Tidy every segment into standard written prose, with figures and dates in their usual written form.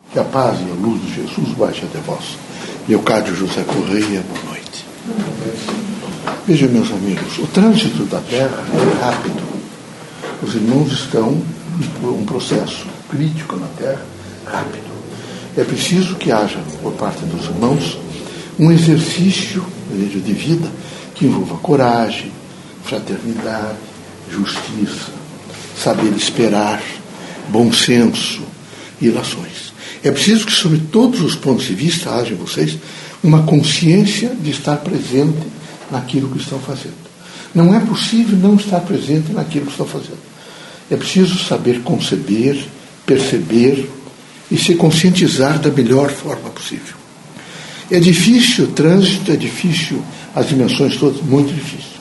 Que a paz e a luz de Jesus baixe até vós. Leocádio José Correia, boa noite. Vejam, meus amigos, o trânsito da Terra é rápido. Os irmãos estão em um processo crítico na Terra, rápido. É preciso que haja, por parte dos irmãos, um exercício de vida que envolva coragem, fraternidade, justiça, saber esperar, bom senso e ilações. É preciso que, sobre todos os pontos de vista, haja em vocês uma consciência de estar presente naquilo que estão fazendo. Não é possível não estar presente naquilo que estão fazendo. É preciso saber conceber, perceber e se conscientizar da melhor forma possível. É difícil o trânsito, é difícil as dimensões todas, muito difícil.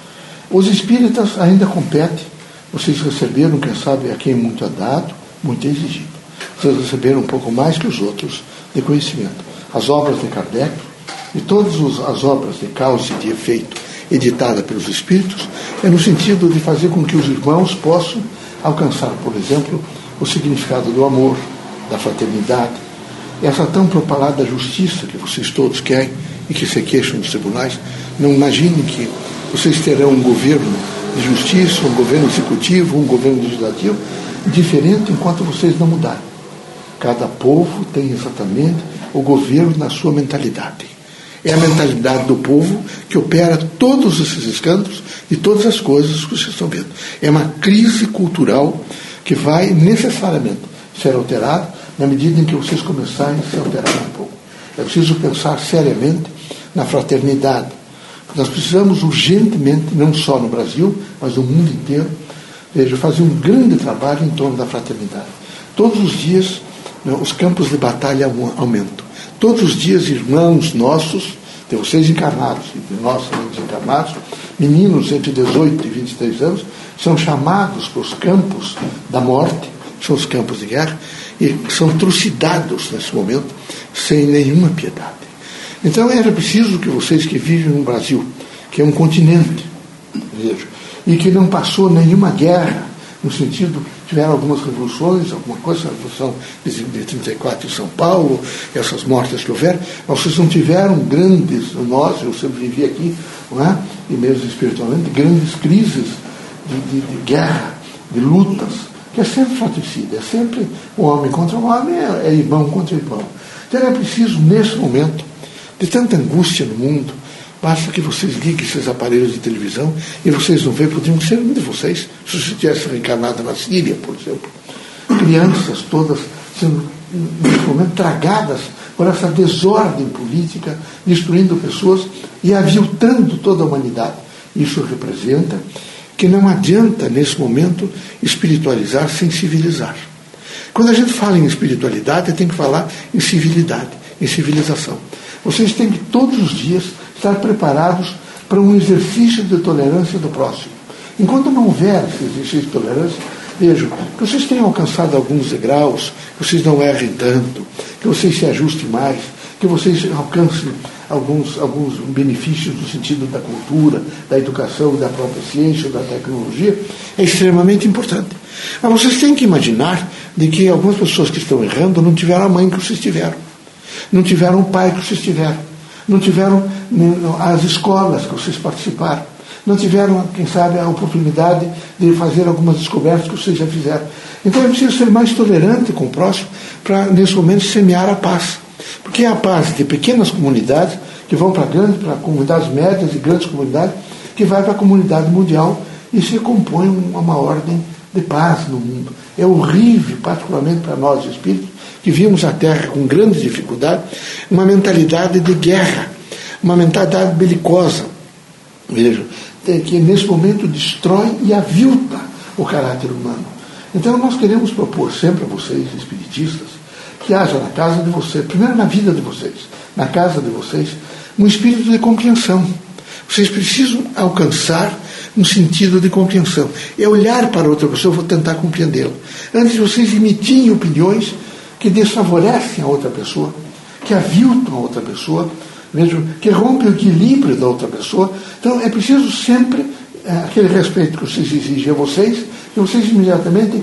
Os espíritas ainda competem. Vocês receberam, quem sabe, a quem muito é dado, muito é exigido. Vocês receberam um pouco mais que os outros de conhecimento. As obras de Kardec e todas as obras de causa e de efeito editadas pelos Espíritos é no sentido de fazer com que os irmãos possam alcançar, por exemplo, o significado do amor, da fraternidade, essa tão propalada justiça que vocês todos querem e que se queixam nos tribunais. Não imaginem que vocês terão um governo de justiça, um governo executivo, um governo legislativo diferente enquanto vocês não mudarem. Cada povo tem exatamente o governo na sua mentalidade. É a mentalidade do povo que opera todos esses escândalos e todas as coisas que vocês estão vendo. É uma crise cultural que vai necessariamente ser alterada na medida em que vocês começarem a se alterar um pouco. É preciso pensar seriamente na fraternidade. Nós precisamos urgentemente, não só no Brasil, mas no mundo inteiro, fazer um grande trabalho em torno da fraternidade. Todos os dias, os campos de batalha aumentam. Todos os dias, irmãos nossos, de vocês encarnados e de nós desencarnados, meninos entre 18 e 23 anos, são chamados para os campos da morte, são os campos de guerra, e são trucidados nesse momento, sem nenhuma piedade. Então era preciso que vocês que vivem no Brasil, que é um continente, vejam, e que não passou nenhuma guerra, no sentido, tiveram algumas revoluções, alguma coisa, a Revolução de 34 em São Paulo, essas mortes que houveram, mas vocês não tiveram grandes, eu sempre vivi aqui, não é? E mesmo espiritualmente, grandes crises de guerra, de lutas, que é sempre fratricida, é sempre o homem contra o homem, é irmão contra irmão. Então é preciso, nesse momento, de tanta angústia no mundo, basta que vocês liguem esses aparelhos de televisão e vocês não veem, podiam ser um de vocês, se você tivesse reencarnado na Síria, por exemplo. Crianças todas sendo, nesse momento, tragadas por essa desordem política, destruindo pessoas e aviltando toda a humanidade. Isso representa que não adianta, nesse momento, espiritualizar sem civilizar. Quando a gente fala em espiritualidade, tem que falar em civilidade, em civilização. Vocês têm que, todos os dias, estar preparados para um exercício de tolerância do próximo. Enquanto não houver esse exercício de tolerância, vejam, que vocês tenham alcançado alguns degraus, que vocês não errem tanto, que vocês se ajustem mais, que vocês alcancem alguns benefícios no sentido da cultura, da educação, da própria ciência, da tecnologia, é extremamente importante. Mas vocês têm que imaginar de que algumas pessoas que estão errando não tiveram a mãe que vocês tiveram, não tiveram o pai que vocês tiveram, não tiveram as escolas que vocês participaram, não tiveram, quem sabe, a oportunidade de fazer algumas descobertas que vocês já fizeram. Então é preciso ser mais tolerante com o próximo para, nesse momento, semear a paz. Porque é a paz de pequenas comunidades que vão para comunidades médias e grandes comunidades, que vai para a comunidade mundial e se compõe uma ordem de paz no mundo. É horrível, particularmente para nós espíritos, que vimos a Terra com grande dificuldade, uma mentalidade de guerra, uma mentalidade belicosa, veja, que nesse momento destrói e avilta o caráter humano. Então nós queremos propor sempre a vocês, espiritistas, que haja na casa de vocês, primeiro na vida de vocês, na casa de vocês, um espírito de compreensão. Vocês precisam alcançar um sentido de compreensão. É olhar para outra pessoa, eu vou tentar compreendê-la. Antes de vocês emitirem opiniões que desfavorecem a outra pessoa, que aviltam a outra pessoa, mesmo que rompem o equilíbrio da outra pessoa. Então é preciso sempre aquele respeito que vocês exigem a vocês, que vocês imediatamente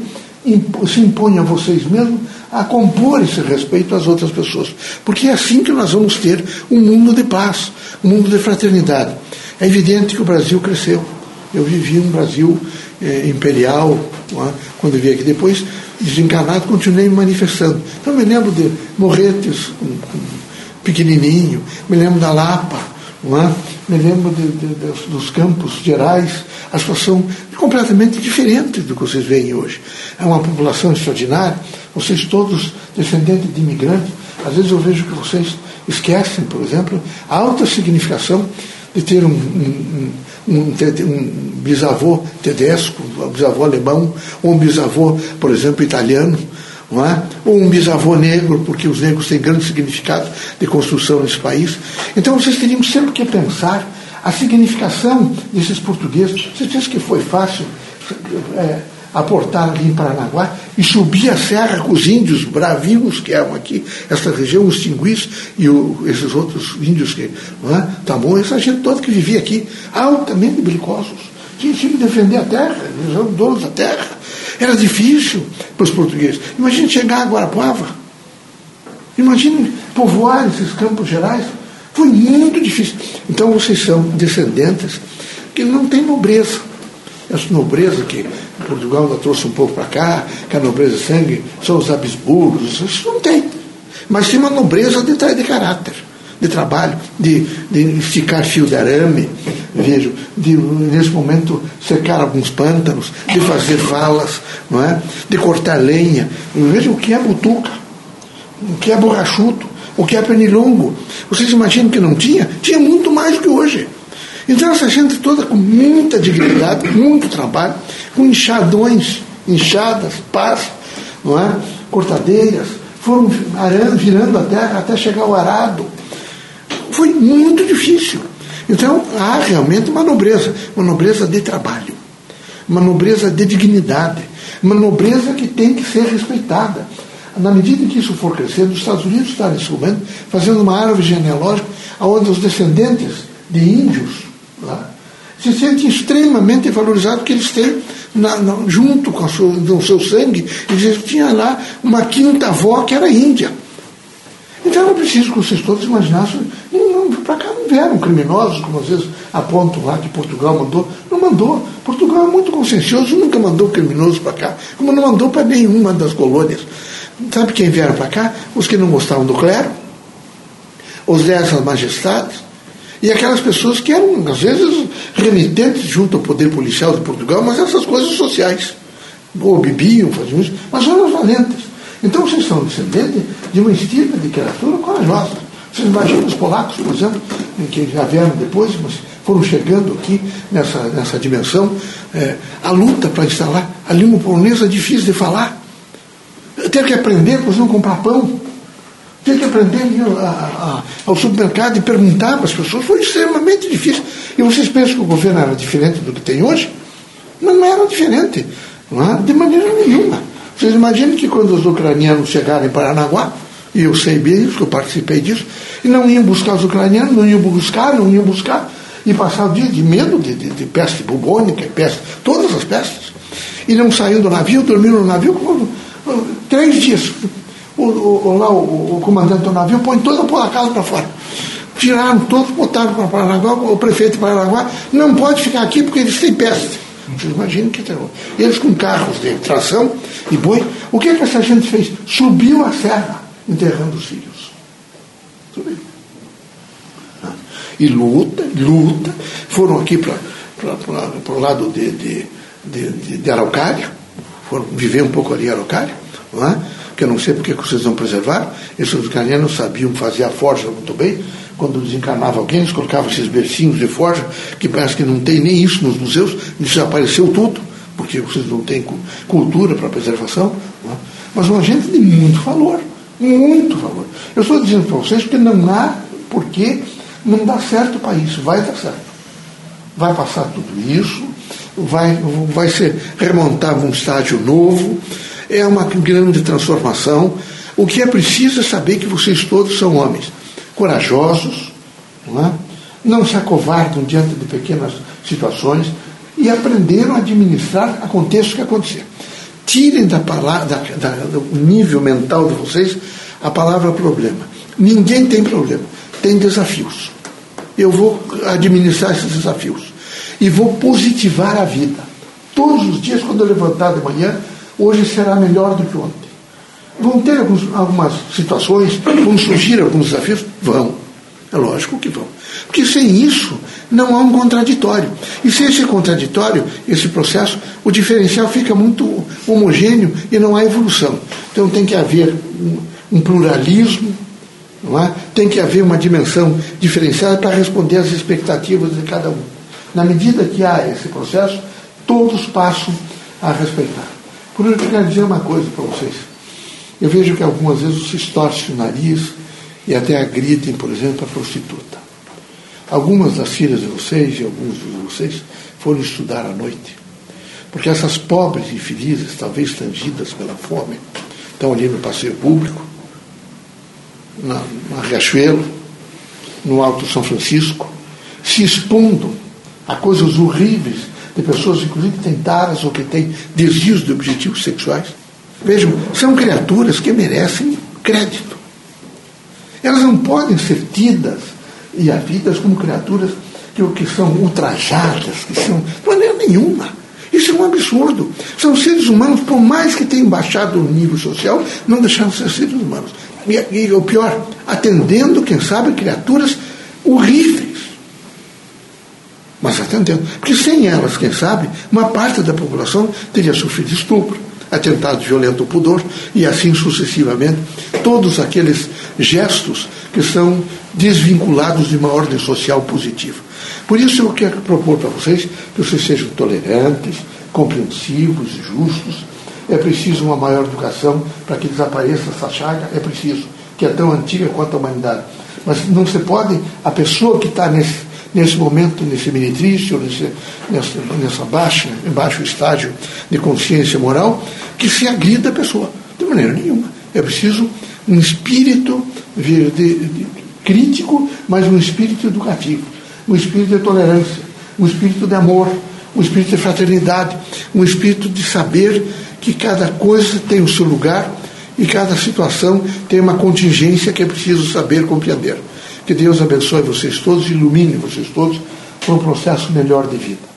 se impõem a vocês mesmos a compor esse respeito às outras pessoas. Porque é assim que nós vamos ter um mundo de paz, um mundo de fraternidade. É evidente que o Brasil cresceu. Eu vivi um Brasil imperial, quando eu vim aqui. Depois, desencarnado, continuei me manifestando. Então, me lembro de Morretes, pequenininho, me lembro da Lapa, me lembro dos Campos Gerais. A situação é completamente diferente do que vocês veem hoje. É uma população extraordinária, vocês todos descendentes de imigrantes. Às vezes eu vejo que vocês esquecem, por exemplo, a alta significação de ter um bisavô tedesco, um bisavô alemão, ou um bisavô, por exemplo, italiano, não é? Ou um bisavô negro, porque os negros têm grande significado de construção nesse país. Então vocês teriam sempre que pensar a significação desses portugueses. Vocês pensam que foi fácil aportar ali em Paranaguá e subir a serra com os índios bravios que eram aqui, essa região, os tinguis e esses outros índios que, Tamoios, essa gente toda que vivia aqui, altamente belicosos, tinha que defender a terra, eles eram donos da terra. Era difícil para os portugueses. Imagine chegar a Guarapuava, imagine povoar esses Campos Gerais. Foi muito difícil. Então vocês são descendentes que não têm nobreza. Essa nobreza que Portugal ainda trouxe um pouco para cá, que a nobreza de sangue são os Habsburgos, isso não tem. Mas tem uma nobreza de caráter, de trabalho, de esticar fio de arame, vejo, de nesse momento secar alguns pântanos, de fazer valas, não é? De cortar lenha. Veja o que é butuca, o que é borrachudo, o que é pernilongo. Vocês imaginam que não tinha? Tinha muito mais do que hoje. Então essa gente toda com muita dignidade, muito trabalho, com enxadões, enxadas, pás, não é? Cortadeiras, foram arando, virando a terra até chegar ao arado. Foi muito difícil. Então há realmente uma nobreza de trabalho, uma nobreza de dignidade, uma nobreza que tem que ser respeitada. Na medida que isso for crescendo, os Estados Unidos estão nesse momento fazendo uma árvore genealógica onde os descendentes de índios se sentem extremamente valorizados, porque eles têm, junto com o seu sangue, eles tinham lá uma quinta avó que era índia. Então é preciso que vocês todos imaginassem, para cá não vieram criminosos, como às vezes apontam lá que Portugal mandou. Não mandou. Portugal é muito consciencioso, nunca mandou criminosos para cá, como não mandou para nenhuma das colônias. Sabe quem vieram para cá? Os que não gostavam do clero, os 10 majestades, e aquelas pessoas que eram, às vezes, remitentes junto ao poder policial de Portugal, mas essas coisas sociais. Ou bebiam, faziam isso, mas eram os valentes. Então vocês são descendentes de uma estirpe de criatura corajosa. Vocês imaginam os polacos, por exemplo, que já vieram depois, mas foram chegando aqui nessa dimensão, a luta para instalar a língua polonesa é difícil de falar. Ter que aprender, por exemplo, a comprar pão. Ter que aprender ao supermercado e perguntar para as pessoas. Foi extremamente difícil. E vocês pensam que o governo era diferente do que tem hoje? Não era diferente. De maneira nenhuma. Vocês imaginam que quando os ucranianos chegaram em Paranaguá, e eu sei bem isso, que eu participei disso, e não iam buscar os ucranianos, não iam buscar, e passar o dia de medo de peste bubônica, todas as pestes. E não saíam do navio, dormiram no navio 3 dias. O comandante do navio põe toda a casa para fora. Tiraram todos, botaram para Paranaguá. O prefeito de Paranaguá não pode ficar aqui porque eles têm peste. Vocês imaginam que terror. Eles com carros de tração e boi. O que essa gente fez? Subiu a serra enterrando os filhos. Subiu. E luta. Foram aqui para o lado de Araucária. Foram viver um pouco ali em Araucária. Não é? Que eu não sei porque vocês não preservaram. Esses ucranianos sabiam fazer a forja muito bem. Quando desencarnava alguém, eles colocavam esses bercinhos de forja, que parece que não tem nem isso nos museus, desapareceu tudo, porque vocês não têm cultura para preservação. Não é? Mas uma gente de muito valor. Eu estou dizendo para vocês que não há porquê não dar certo o país. Vai dar certo. Vai passar tudo isso, vai se remontar um estágio novo. É uma grande transformação. O que é preciso é saber que vocês todos são homens corajosos, não se acovardam diante de pequenas situações e aprenderam a administrar aconteça o que acontecer. tirem do nível mental de vocês a palavra problema. Ninguém tem problema, tem desafios. Eu vou administrar esses desafios e vou positivar a vida. Todos os dias, quando eu levantar de manhã, hoje será melhor do que ontem. Vão ter algumas situações, vão surgir alguns desafios? Vão. É lógico que vão. Porque sem isso, não há um contraditório. E sem esse contraditório, esse processo, o diferencial fica muito homogêneo e não há evolução. Então tem que haver um pluralismo, não é? Tem que haver uma dimensão diferenciada para responder às expectativas de cada um. Na medida que há esse processo, todos passam a respeitar. Por isso eu quero dizer uma coisa para vocês. Eu vejo que algumas vezes se torcem o nariz e até agridem, por exemplo, a prostituta. Algumas das filhas de vocês e alguns de vocês foram estudar à noite. Porque essas pobres infelizes, talvez tangidas pela fome, estão ali no passeio público, na Riachuelo, no Alto São Francisco, se expondo a coisas horríveis de pessoas, inclusive, que têm taras ou que têm desvios de objetivos sexuais. Vejam, são criaturas que merecem crédito. Elas não podem ser tidas e havidas como criaturas que são ultrajadas, que são de maneira nenhuma. Isso é um absurdo. São seres humanos, por mais que tenham baixado o nível social, não deixaram de ser seres humanos. E o pior, atendendo, quem sabe, criaturas horríveis. Mas atendendo. Porque sem elas, quem sabe, uma parte da população teria sofrido estupro, atentado violento ao pudor e assim sucessivamente, todos aqueles gestos que são desvinculados de uma ordem social positiva. Por isso eu quero propor para vocês que vocês sejam tolerantes, compreensivos e justos. É preciso uma maior educação para que desapareça essa chaga, é preciso, que é tão antiga quanto a humanidade. Mas não se pode, a pessoa que está nesse momento, nesse meretrício, nessa baixo estágio de consciência moral, que se agrida a pessoa. De maneira nenhuma. É preciso um espírito crítico, mas um espírito educativo, um espírito de tolerância, um espírito de amor, um espírito de fraternidade, um espírito de saber que cada coisa tem o seu lugar e cada situação tem uma contingência que é preciso saber compreender. Que Deus abençoe vocês todos, ilumine vocês todos para um processo melhor de vida.